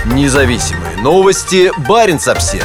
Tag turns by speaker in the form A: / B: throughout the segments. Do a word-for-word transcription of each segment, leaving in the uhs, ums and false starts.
A: Независимые новости. Баренц-Обсервис.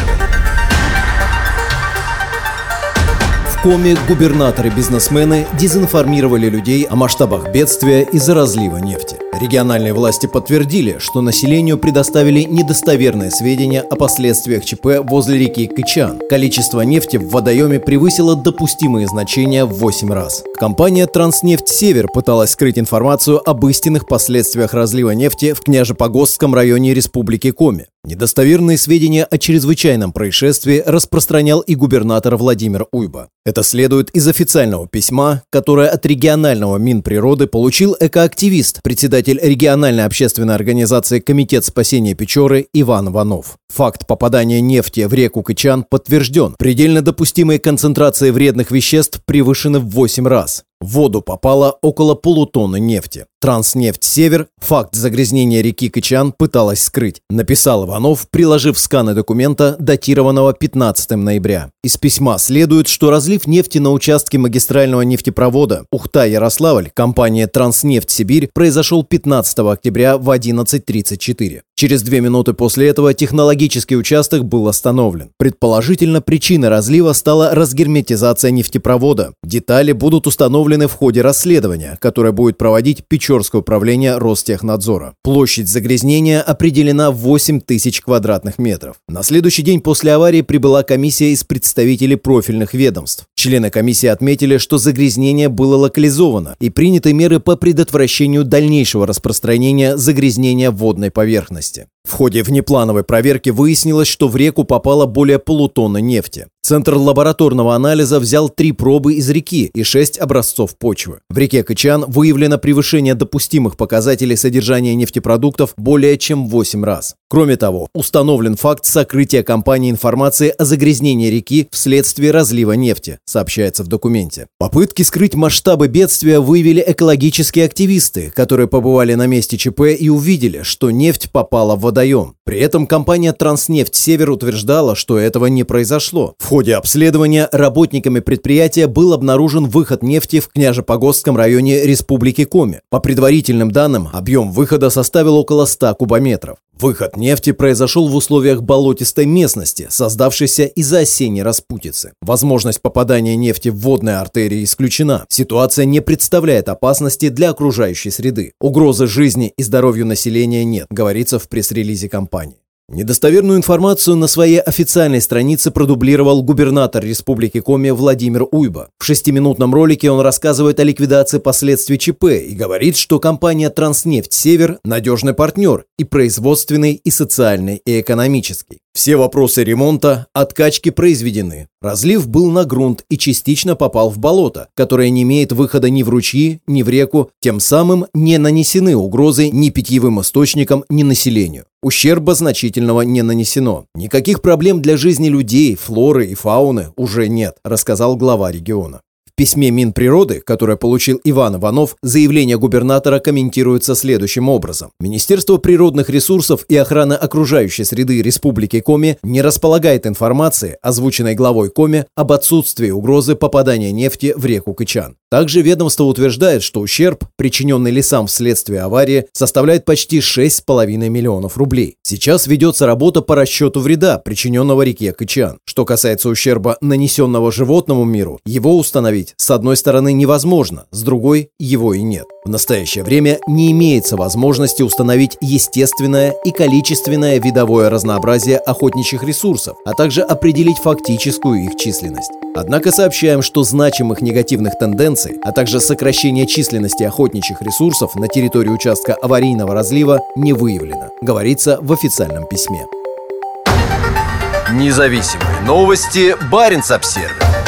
B: В Коми губернаторы и бизнесмены дезинформировали людей о масштабах бедствия из-за разлива нефти. Региональные власти подтвердили, что населению предоставили недостоверные сведения о последствиях ЧП возле реки Кычан. Количество нефти в водоеме превысило допустимые значения в восемь раз. Компания «Транснефть Север» пыталась скрыть информацию об истинных последствиях разлива нефти в Княжепогостском районе Республики Коми. Недостоверные сведения о чрезвычайном происшествии распространял и губернатор Владимир Уйба. Это следует из официального письма, которое от регионального Минприроды получил экоактивист, председатель региональной общественной организации «Комитет спасения Печоры» Иван Иванов. Факт попадания нефти в реку Кычан подтвержден. Предельно допустимые концентрации вредных веществ превышены в восемь раз. В воду попало около полутонны нефти. «Транснефть Север» факт загрязнения реки Кычан пыталась скрыть, написал Иванов, приложив сканы документа, датированного пятнадцатого ноября. Из письма следует, что разлив нефти на участке магистрального нефтепровода Ухта-Ярославль компании «Транснефть Сибирь» произошел пятнадцатого октября в одиннадцать тридцать четыре. Через две минуты после этого технологический участок был остановлен. Предположительно, причиной разлива стала разгерметизация нефтепровода. Детали будут установлены в ходе расследования, которое будет проводить Печорское управление Ростехнадзора. Площадь загрязнения определена в восемь тысяч квадратных метров. На следующий день после аварии прибыла комиссия из представителей профильных ведомств. Члены комиссии отметили, что загрязнение было локализовано и приняты меры по предотвращению дальнейшего распространения загрязнения водной поверхности. В ходе внеплановой проверки выяснилось, что в реку попало более полутонны нефти. Центр лабораторного анализа взял три пробы из реки и шесть образцов почвы. В реке Кычан выявлено превышение допустимых показателей содержания нефтепродуктов более чем в восемь раз. Кроме того, установлен факт сокрытия компании информации о загрязнении реки вследствие разлива нефти, сообщается в документе. Попытки скрыть масштабы бедствия выявили экологические активисты, которые побывали на месте ЧП и увидели, что нефть попала в водоем. При этом компания «Транснефть Север» утверждала, что этого не произошло. В ходе обследования работниками предприятия был обнаружен выход нефти в Княжепогостском районе Республики Коми. По предварительным данным, объем выхода составил около ста кубометров. Выход нефти произошел в условиях болотистой местности, создавшейся из-за осенней распутицы. Возможность попадания нефти в водные артерии исключена. Ситуация не представляет опасности для окружающей среды. Угрозы жизни и здоровью населения нет, говорится в пресс-релизе компании. Недостоверную информацию на своей официальной странице продублировал губернатор Республики Коми Владимир Уйба. В шестиминутном ролике он рассказывает о ликвидации последствий ЧП и говорит, что компания «Транснефть Север» – надежный партнер и производственный, и социальный, и экономический. Все вопросы ремонта, откачки произведены. Разлив был на грунт и частично попал в болото, которое не имеет выхода ни в ручьи, ни в реку, тем самым не нанесены угрозы ни питьевым источникам, ни населению. Ущерба значительного не нанесено. Никаких проблем для жизни людей, флоры и фауны уже нет, рассказал глава региона. В письме Минприроды, которое получил Иван Иванов, заявление губернатора комментируется следующим образом. Министерство природных ресурсов и охраны окружающей среды Республики Коми не располагает информацией, озвученной главой Коми, об отсутствии угрозы попадания нефти в реку Кычан. Также ведомство утверждает, что ущерб, причиненный лесам вследствие аварии, составляет почти шесть с половиной миллионов рублей. Сейчас ведется работа по расчету вреда, причиненного реке Кычан. Что касается ущерба, нанесенного животному миру, его установить с одной стороны невозможно, с другой его и нет. В настоящее время не имеется возможности установить естественное и количественное видовое разнообразие охотничьих ресурсов, а также определить фактическую их численность. Однако сообщаем, что значимых негативных тенденций, а также сокращение численности охотничьих ресурсов на территории участка аварийного разлива не выявлено, говорится в официальном письме.
A: Независимые новости. Баренц-Обсервис.